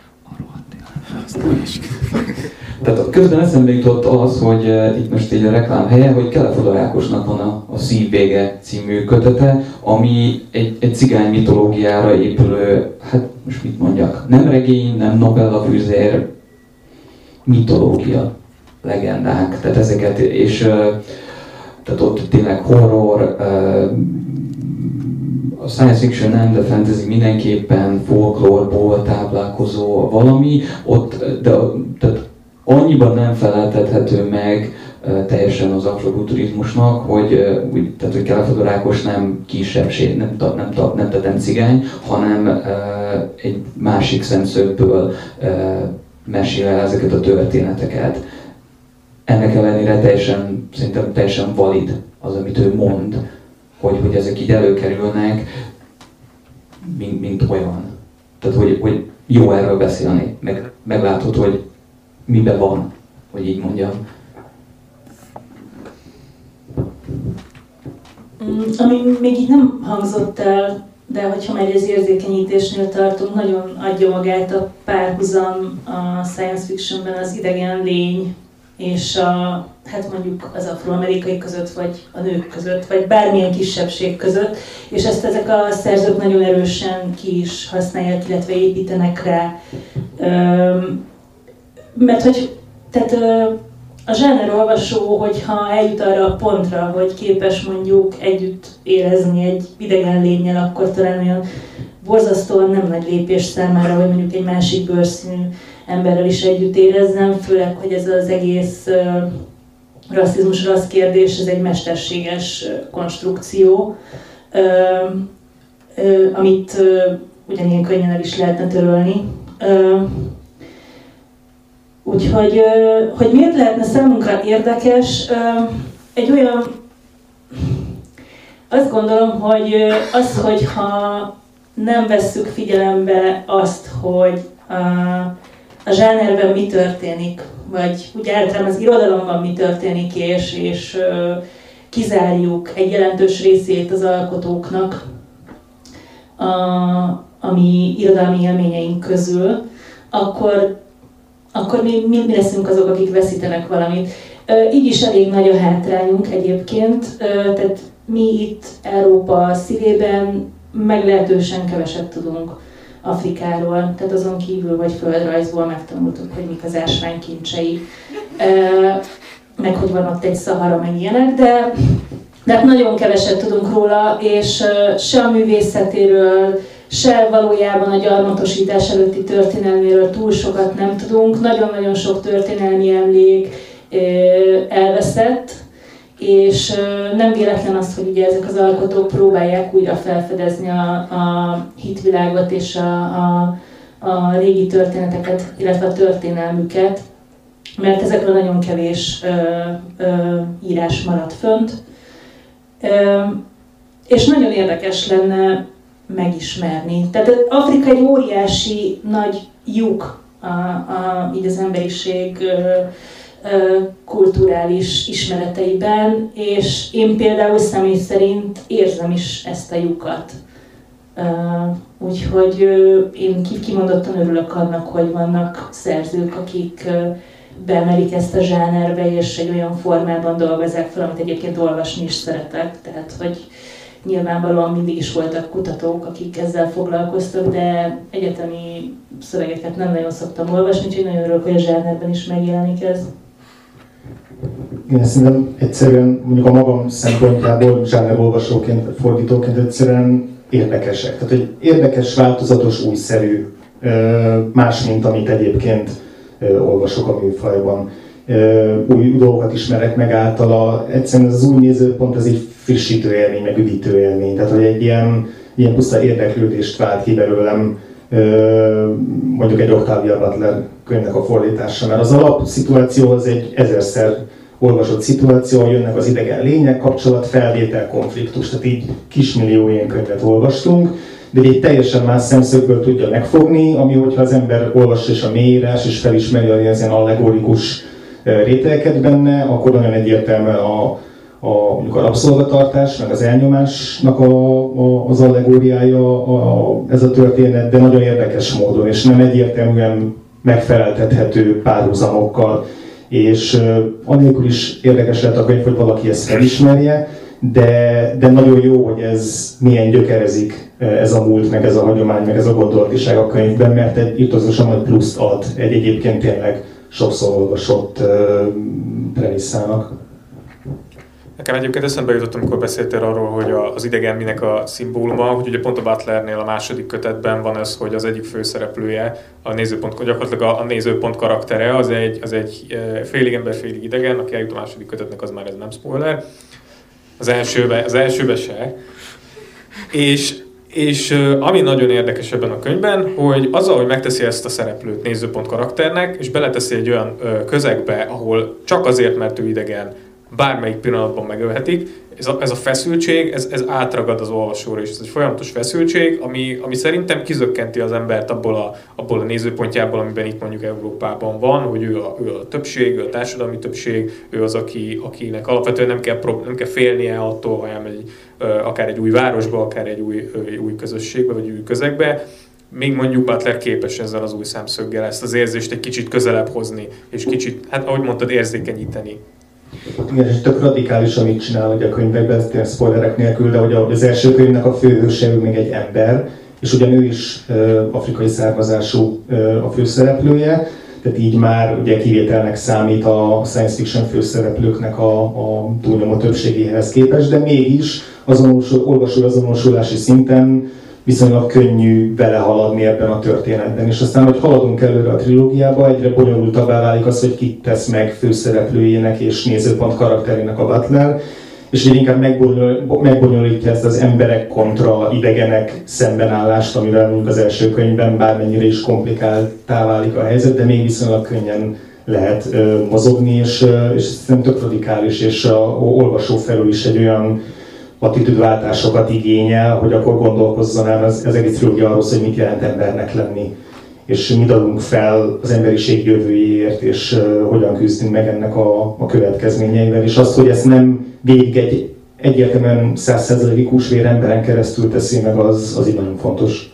Tehát közben eszembe jutott az, hogy uh, itt most így a reklám helye, hogy Kelefod Rákosnak van a, a Szívvége című kötete, ami egy, egy cigány mitológiára épülő, hát most mit mondjak, nem regény, nem novella fűzér, mitológia, legendák, tehát ezeket, és uh, tehát ott tényleg horror, uh, a science fiction nem, de fantasy mindenképpen folklórból táplálkozó valami, ott, de tehát annyiban nem feleltethető meg uh, teljesen az afrofuturizmusnak, hogy uh, úgy, tehát hogy Kelefod Rákos nem kisebbség, nem, ta, nem, ta, nem, nem cigány, hanem uh, egy másik szemszögből uh, mesél el ezeket a történeteket. Ennek ellenére teljesen, szerintem teljesen valid az, amit ő mond, hogy, hogy ezek így előkerülnek, mint, mint olyan. Tehát, hogy, hogy jó erről beszélni, meg, meglátod, hogy miben van, hogy így mondjam. Ami még így nem hangzott el, de hogyha már az érzékenyítésnél tartunk, nagyon adja magát a párhuzam a science fictionben az idegen lény és a, hát mondjuk az afroamerikai között, vagy a nők között, vagy bármilyen kisebbség között, és ezt ezek a szerzők nagyon erősen ki is használják, illetve építenek rá. Mert hogy tehát a zsánerolvasó, hogyha eljut arra a pontra, hogy képes mondjuk együtt érezni egy idegen lénnyel, akkor talán olyan borzasztóan nem nagy lépés számára, hogy mondjuk egy másik bőrszínű emberrel is együtt érezzem, főleg, hogy ez az egész uh, rasszizmus, rassz kérdés, ez egy mesterséges uh, konstrukció, uh, uh, amit uh, ugyanilyen könnyen el is lehetne törölni. Uh, úgyhogy, uh, hogy miért lehetne számunkra érdekes, uh, egy olyan, azt gondolom, hogy uh, az, hogyha nem vesszük figyelembe azt, hogy uh, a zsánerben mi történik, vagy úgy általában az irodalomban mi történik, és, és uh, kizárjuk egy jelentős részét az alkotóknak a, a mi irodalmi élményeink közül, akkor, akkor mi, mi, mi leszünk azok, akik veszítenek valamit. Uh, így is elég nagy a hátrányunk egyébként, uh, tehát mi itt Európa szívében meglehetősen keveset tudunk Afrikáról, tehát azon kívül, vagy földrajzból megtanultuk, hogy mik az ásványkincsei, meg hogy van ott egy Szahara, meg ilyenek, de, de nagyon keveset tudunk róla, és se a művészetéről, se valójában a gyarmatosítás előtti történelméről túl sokat nem tudunk. Nagyon-nagyon sok történelmi emlék elveszett, és nem véletlen az, hogy ugye ezek az alkotók próbálják újra felfedezni a, a hitvilágot és a, a, a régi történeteket, illetve a történelmüket, mert ezekről nagyon kevés ö, ö, írás maradt fönt. Ö, és nagyon érdekes lenne megismerni. Tehát Afrika egy óriási nagy lyuk a, a, így az emberiség ö, kulturális ismereteiben, és én például személy szerint érzem is ezt a lyukat. Úgyhogy én kimondottan örülök annak, hogy vannak szerzők, akik beemelik ezt a zsánerbe, és egy olyan formában dolgozzák fel, amit egyébként olvasni is szeretek. Tehát, hogy nyilvánvalóan mindig is voltak kutatók, akik ezzel foglalkoztak, de egyetemi szövegeket nem nagyon szoktam olvasni, úgyhogy nagyon örülök, hogy a zsánerben is megjelenik ez. Én szerintem egyszerűen mondjuk a magam szempontjából zsánerolvasóként, vagy fordítóként egyszerűen érdekesek. Tehát egy érdekes, változatos, újszerű, más, mint amit egyébként olvasok a műfajban. Új dolgokat ismerek meg általa. Egyszerűen ez az új nézőpont, ez egy frissítő élmény, meg üdítő élmény. Tehát, hogy egy ilyen, ilyen puszta érdeklődést vált ki belőlem mondjuk egy Octavia Butler könyvnek a fordítása, mert az alapszituáció az egy ezerszer olvasott szituáció, jönnek az idegen lények, kapcsolat, felvétel, konfliktus, tehát így kismillió ilyen könyvet olvastunk, de egy teljesen más szemszögből tudja megfogni, ami hogyha az ember olvassa és a mélyírás és felismeri az ilyen allegorikus rételeket benne, akkor nagyon egyértelmű a, a, mondjuk a rabszolgatartás, meg az elnyomásnak a, a, az allegóriája a, ez a történet, de nagyon érdekes módon, és nem egyértelműen megfeleltethető párhuzamokkal. És uh, anélkül is érdekes lehet a könyv, hogy valaki ezt felismerje, de, de nagyon jó, hogy ez milyen gyökerezik, ez a múlt, meg ez a hagyomány, meg ez a gondolatiság a könyvben, mert egy irtózatosan nagy pluszt ad egy egyébként tényleg sokszor olvasott uh, premisszának. Nekem egyébként eszembe jutott, amikor beszéltél arról, hogy az idegen minek a szimbóluma, hogy ugye pont a Butlernél a második kötetben van ez, hogy az egyik főszereplője, a nézőpont, gyakorlatilag a, a nézőpont karaktere, az egy, az egy félig ember, félig idegen, aki eljut a második kötetnek, az már ez nem spoiler. Az elsőbe, az elsőbe se. És, és ami nagyon érdekes ebben a könyvben, hogy azzal, hogy megteszi ezt a szereplőt nézőpont karakternek, és beleteszi egy olyan közegbe, ahol csak azért, mert ő idegen, bármelyik pillanatban megölhetik. Ez a, ez a feszültség, ez, ez átragad az olvasóra, és ez egy folyamatos feszültség, ami, ami szerintem kizökkenti az embert abból a, abból a nézőpontjából, amiben itt mondjuk Európában van, hogy ő a, ő a többség, ő a társadalmi többség, ő az, aki, akinek alapvetően nem kell, nem kell félnie attól, hogy elmegy akár egy új városba, akár egy új, új közösségbe, vagy új közegbe. Még mondjuk Butler képes ezzel az új szemszöggel ezt az érzést egy kicsit közelebb hozni, és kicsit, hát ahogy mondtad, érzékenyíteni. Igen, és tök radikális, amit csinál ugye a könyvekben, ezt tényleg spoilerek nélkül, de hogy az első könyvnek a főhőse ő még egy ember, és ugyan ő is uh, afrikai származású uh, a főszereplője, tehát így már ugye kivételnek számít a science fiction főszereplőknek a, a túlnyomó többségéhez képest, de mégis azonosul, olvasói azonosulási szinten viszonylag könnyű belehaladni ebben a történetben. És aztán, hogy haladunk előre a trilógiába, egyre bonyolultabbá válik az, hogy kit tesz meg főszereplőjének és nézőpont karakterének a Butler, és így inkább megbonyol, megbonyolítja ezt az emberek kontra idegenek szembenállást, amivel mondjuk az első könyvben bármennyire is komplikáltá válik a helyzet, de még viszonylag könnyen lehet uh, mozogni, és, uh, és szerintem tök radikális, és a olvasó felül is egy olyan attitűdváltásokat igényel, hogy akkor gondolkozzon el az, az egész trilógia arról, hogy mit jelent embernek lenni, és mit adunk fel az emberiség jövőjéért, és uh, hogyan küzdünk meg ennek a, a következményeivel, és azt, hogy ezt nem végig egy egyértelműen száz százalékig húsvér emberen keresztül teszi meg, az, az így nagyon fontos.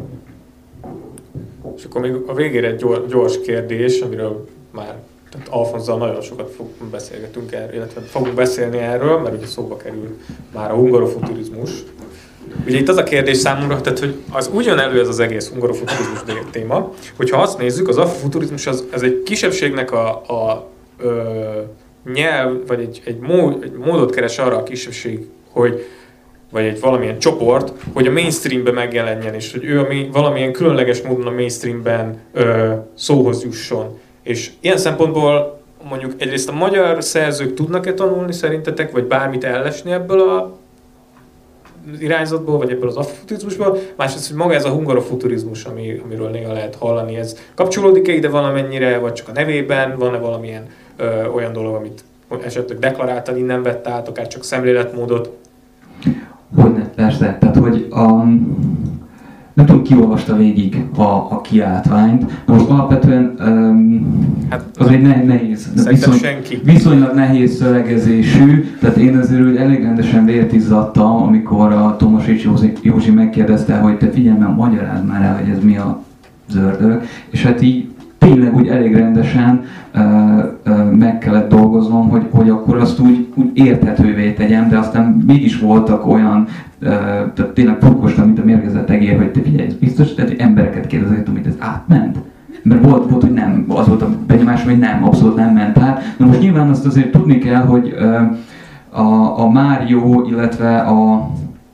És akkor még a végére egy gyors kérdés, amiről már tehát Alfonzzal nagyon sokat fog, beszélgetünk erről, illetve fogunk beszélni erről, mert ugye szóba kerül már a hungarofuturizmus. Ugye itt az a kérdés számomra, tehát, hogy az úgy jön elő ez az egész hungarofuturizmus téma, hogyha azt nézzük, az afrofuturizmus az, az egy kisebbségnek a, a ö, nyelv, vagy egy, egy, mód, egy módot keres arra a kisebbség, hogy vagy egy valamilyen csoport, hogy a mainstreamben megjelenjen, és hogy ő a, valamilyen különleges módon a mainstreamben ö, szóhoz jusson. És ilyen szempontból mondjuk egyrészt a magyar szerzők tudnak-e tanulni szerintetek, vagy bármit ellesni ebből a irányzatból, vagy ebből az afrofuturizmusból, másrészt, hogy maga ez a hungarofuturizmus, ami, amiről néha lehet hallani, ez kapcsolódik-e ide valamennyire, vagy csak a nevében, van-e valamilyen ö, olyan dolog, amit esetleg deklaráltan innen vett át, akár csak szemléletmódot? Hogyne, persze. Tehát, hogy a, nem tudom, ki olvasta végig a, a kiáltványt. Most alapvetően um, hát, az egy ne, nehéz, viszony, viszonylag nehéz szövegezésű, tehát én azért úgy elég rendesen vért izzadtam, amikor a Tomasics Józsi, Józsi megkérdezte, hogy te figyelj, mert magyarázd már el, hogy ez mi a zördög, és hát így tényleg úgy elég rendesen uh, uh, meg kellett dolgoznom, hogy, hogy akkor azt úgy, úgy érthetővé tegyem, de aztán mégis voltak olyan, uh, tehát tényleg pukkostam, mint a mérgezett egér, hogy te figyelj, ez biztos, tehát embereket kérdezett, hogy ez átment. Mert volt, volt, hogy nem, az volt a benyomásom, hogy nem, abszolút nem ment át. Na most nyilván azt azért tudni kell, hogy uh, a, a Mário, illetve a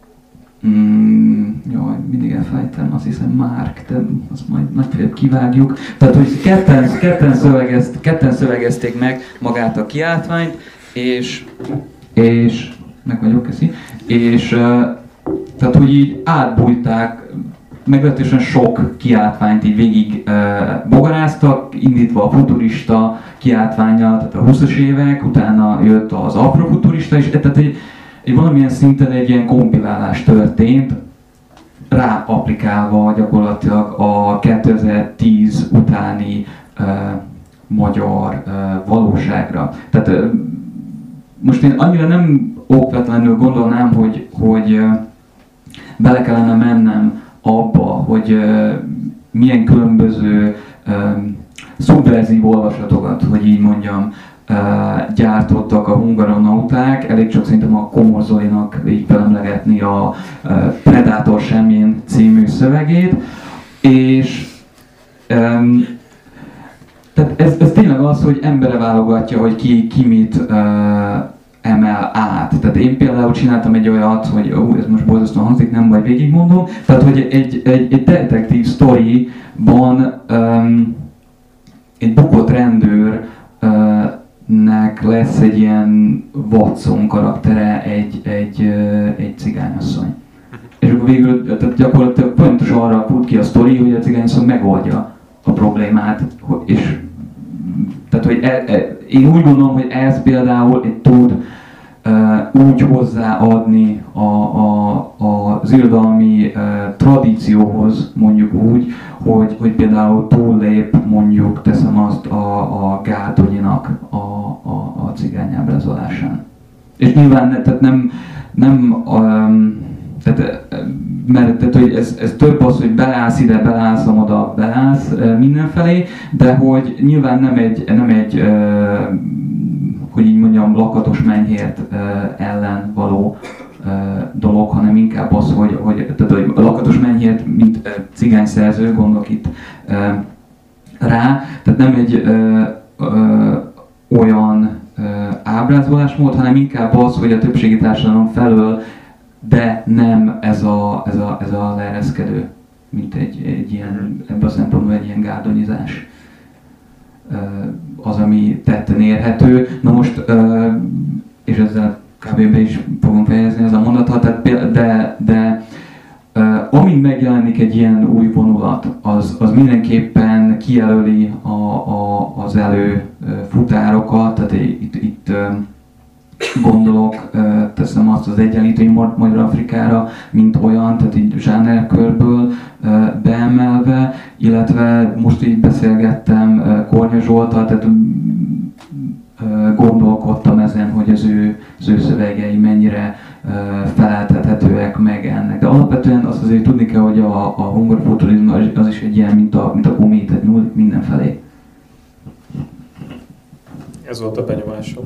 Mm, jaj, mindig elfelejtem, azt hiszem Márk, de azt majd nagyfél kivágjuk. Tehát, hogy ketten, ketten, szövegezt, ketten szövegezték meg magát a kiáltványt, és, és meg vagyok, köszi, és tehát, hogy így átbújták, meglehetősen sok kiáltványt így végig uh, bogaráztak, indítva a futurista kiáltvánnyal, tehát a húszas évek, utána jött az afrofuturista, és tehát egy Egy valamilyen szinten egy ilyen kompilálás történt, rá applikálva gyakorlatilag a kétezer-tíz utáni uh, magyar uh, valóságra. Tehát uh, most én annyira nem okvetlenül gondolnám, hogy, hogy uh, bele kellene mennem abba, hogy uh, milyen különböző uh, szubverzív olvasatokat, hogy így mondjam, Uh, gyártottak a hungaronauták, elég csak szerintem a Komor Zolinak így felemlegetni a uh, Predator Semmilyen című szövegét, és um, tehát ez, ez tényleg az, hogy embere válogatja, hogy ki, ki mit uh, emel át. Tehát én például csináltam egy olyat, hogy ó, ez most borzasztóan hangzik, nem baj, végigmondom, tehát hogy egy, egy, egy detektív sztoriban um, egy bukott rendőr uh, nek lesz egy ilyen Watson karaktere, egy, egy, egy cigányasszony. És akkor végül tehát gyakorlatilag pontosan arra fut ki a sztori, hogy a cigányasszony megoldja a problémát. És, tehát, hogy e, e, én úgy gondolom, hogy ez például egy tud uh, úgy hozzáadni a, a, a, az irodalmi uh, tradícióhoz, mondjuk úgy, hogy, hogy például túllép, mondjuk teszem azt a, a Gárdonyinak a, a, a cigány ábrázolásán. És nyilván tehát nem, nem um, tehát, mert tehát, hogy ez, ez több az, hogy belállsz ide, belállsz oda, belállsz mindenfelé, de hogy nyilván nem egy, nem egy uh, hogy így mondjam, lakatos menhért uh, ellen való uh, dolog, hanem inkább az, hogy, hogy, tehát, hogy a lakatos menhért, mint uh, cigány szerző, gondolok itt uh, rá, tehát nem egy uh, uh, olyan uh, ábrázolásmód, hanem inkább az, hogy a többségi társadalom felől, de nem ez a, ez a, ez a leereszkedő, mint egy, egy ilyen, ebben a szempontból egy ilyen gárdonyizás. Az, ami tetten érhető. Na most, és ezzel kb. Be is fogom fejezni ez a mondatot, de, de amint megjelenik egy ilyen új vonulat, az, az mindenképpen kijelöli a, a, az előfutárokat, tehát itt, itt gondolok, teszem azt az Egyenlítői Magyar Afrikára, mint olyan, tehát így zsánerkörből beemelve, illetve most így beszélgettem Kornya Zsolttal, tehát gondolkodtam ezen, hogy az ő, az ő szövegei mennyire feleltethetőek meg ennek. De alapvetően azt azért tudni kell, hogy a, a hungarfuturizmus az is egy ilyen, mint a, mint a komét, tehát nyúlik mindenfelé. Ez volt a benyomásom.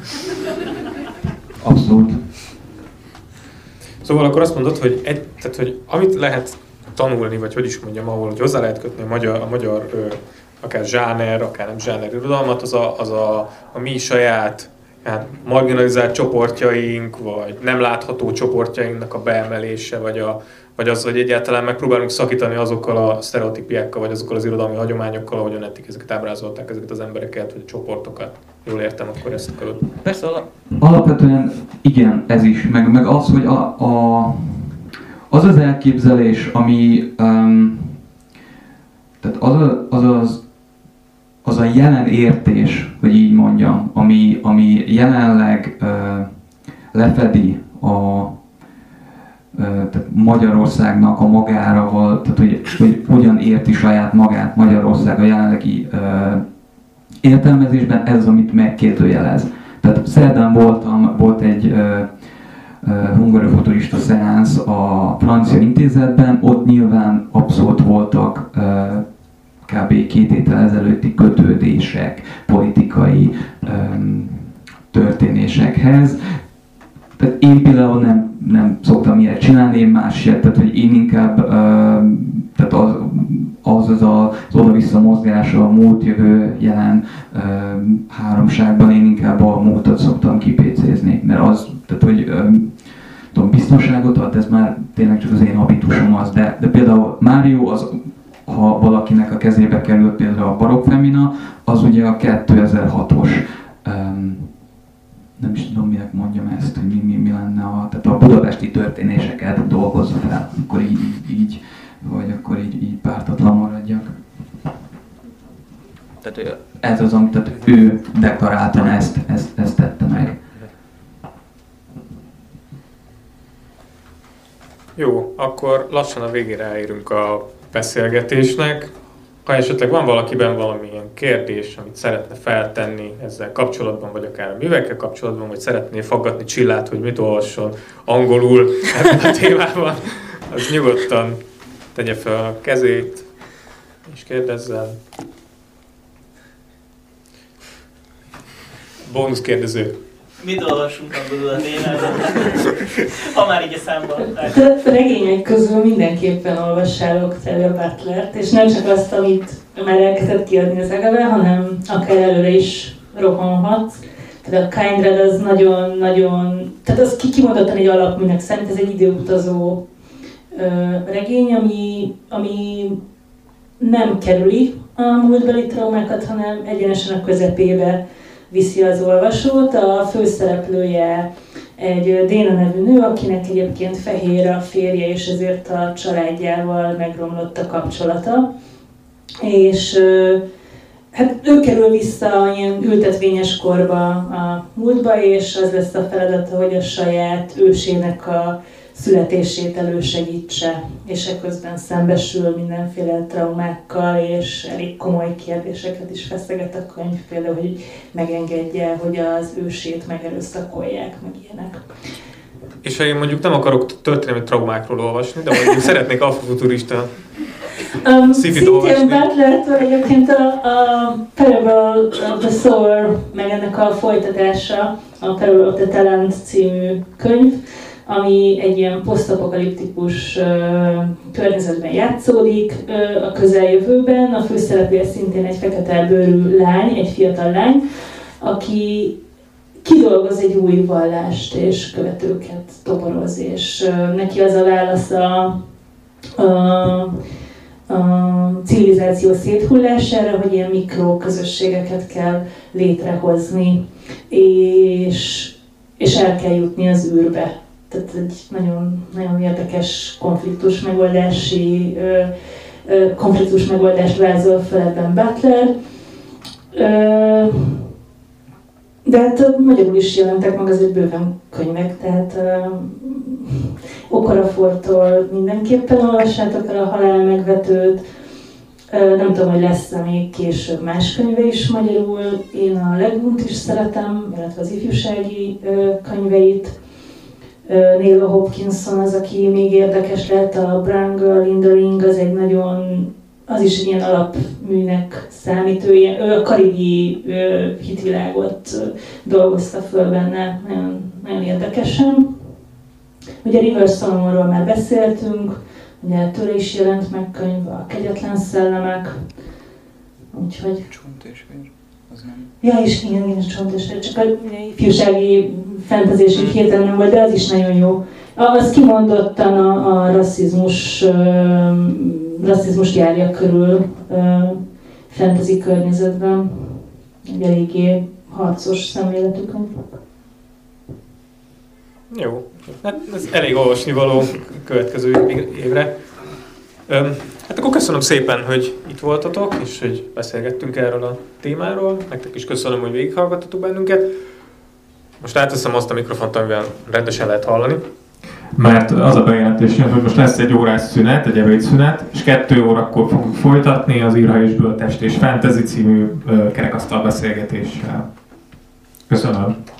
Abszolút. Szóval akkor azt mondod, hogy, egy, tehát, hogy amit lehet tanulni, vagy hogy is mondjam, ahol hogy hozzá lehet kötni a magyar, a magyar ö, akár zsáner, akár nem zsáner irodalmat, az a, az a, a mi saját hát, marginalizált csoportjaink, vagy nem látható csoportjainknak a beemelése, vagy, a, vagy az, hogy egyáltalán megpróbálunk szakítani azokkal a sztereotípiákkal, vagy azokkal az irodalmi hagyományokkal, ahogyan eddig ezeket ábrázolták, ezeket az embereket, vagy a csoportokat. Jól értem, akkor ezt akarod. Persze, alapvetően igen, ez is, meg, meg az, hogy a, a, az az elképzelés, ami, um, tehát az, a, az, az, az a jelen értés, hogy így mondjam, ami, ami jelenleg uh, lefedi a uh, tehát Magyarországnak a magára, tehát hogy, hogy hogyan érti saját magát Magyarország a jelenlegi uh, értelmezésben, ez az, amit megkérdőjelez. Tehát szerdán voltam, volt egy uh, uh, hungarofuturista szeánsz a francia intézetben, ott nyilván abszolút voltak uh, kb. két héttel ezelőtti kötődések, politikai um, történésekhez. Tehát én például nem, nem szoktam ilyet csinálni, én más ilyet, tehát hogy én inkább uh, tehát az az, az, az oda-vissza mozgás a múlt, jövő, jelen uh, háromságban én inkább a múltat szoktam kipécézni, mert az, tehát hogy um, tudom, biztonságot ad, ez már tényleg csak az én habitusom az, de, de például Mario, az, ha valakinek a kezébe került például a Barokk Femina, az ugye a kétezer-hatos um, nem is tudom, minek mondjam ezt, hogy mi, mi, mi lenne a, tehát a budapesti történéseket dolgozza fel, akkor így, így vagy akkor így, így pártatlan maradjak. Tehát ez az, amit tehát ő deklaráltan ezt, ezt, ezt tette meg. Jó, akkor lassan a végére elérünk a beszélgetésnek. Ha esetleg van valakiben valamilyen kérdés, amit szeretne feltenni ezzel kapcsolatban, vagy akár a művekkel kapcsolatban, vagy szeretné faggatni Csillát, hogy mit olvasson angolul ebben a témában, az nyugodtan tegye fel a kezét és kérdezzen. Bónusz kérdező. Mit olvassunk angolul a témában? Ha már így a számban. A regények közül mindenképpen olvassál Octavia Butlert, és nem csak azt, amit már elkezdett kiadni az Agave, hanem akár előre is rohanhatsz. Tehát a Kindred az nagyon-nagyon, tehát az kimondottan egy alapműnek számít, ez egy időutazó ö, regény, ami, ami nem kerüli a múltbeli traumákat, hanem egyenesen a közepébe viszi az olvasót. A főszereplője egy Déna nevű nő, akinek egyébként fehér a férje, és ezért a családjával megromlott a kapcsolata. És hát ő kerül vissza ilyen ültetvényes korba a múltba, és az lesz a feladata, hogy a saját ősének a születését elősegítse, és ekközben szembesül mindenféle traumákkal, és elég komoly kérdéseket is feszeget a könyv, például, hogy megengedje, hogy az ősét megerőszakolják, meg ilyenek. És ha én mondjuk nem akarok történelmi traumákról olvasni, de mondjuk szeretnék afrofuturista Um, szifit olvasni. Szintén Butlertől egyébként a, a Parable of the Sower, meg ennek a folytatása, a Parable of the Talent című könyv, ami egy ilyen posztapokaliptikus uh, környezetben játszódik uh, a közeljövőben. A főszereplője szintén egy fekete bőrű lány, egy fiatal lány, aki kidolgoz egy új vallást és követőket toboroz, és uh, neki az a válasz a, a a civilizáció széthullására, hogy ilyen mikroközösségeket kell létrehozni, és, és el kell jutni az űrbe. Tehát egy nagyon, nagyon érdekes konfliktus megoldási, konfliktus megoldást vázol fel ebben Butler. De hát magyarul is jelentek meg azért bőven könyvek, tehát uh, Okorafortól mindenképpen olvassátok el a Halál megvetőt. Uh, nem tudom, hogy lesz-e még később más könyve is magyarul. Én a Legunt is szeretem, illetve az ifjúsági uh, könyveit. Uh, Neil Hopkinson az, aki még érdekes lehet, a Brown Girl in the Ring, az egy nagyon, az is egy ilyen alapműnek számít, ő, ilyen, ő a karibi ő, hitvilágot ő, dolgozta föl benne, nagyon, nagyon érdekesen. Ugye River Solomonról már beszéltünk, ugye tőle is jelent meg könyv, a Kegyetlen szellemek, úgyhogy... Csont és vér, az nem... Ja, és igen, igen, Csont és vér, csak a ifjúsági fantasy is így hirtelen nem volt, de az is nagyon jó. Az kimondottan a, a rasszizmus, uh, rasszizmus járja körül uh, fantasy környezetben. Egy eléggé harcos szemléletű könyv. Jó, hát ez elég olvasnivaló következő évre. Öm, hát akkor köszönöm szépen, hogy itt voltatok, és hogy beszélgettünk erről a témáról. Nektek is köszönöm, hogy végighallgattatok bennünket. Most átveszem azt a mikrofont, amivel rendesen lehet hallani. Mert az a bejelentés, hogy most lesz egy órás szünet, egy ebédszünet, és kettő órakor fogunk folytatni az Írha és Böltest és Fantasy című kerekasztal beszélgetéssel. Köszönöm.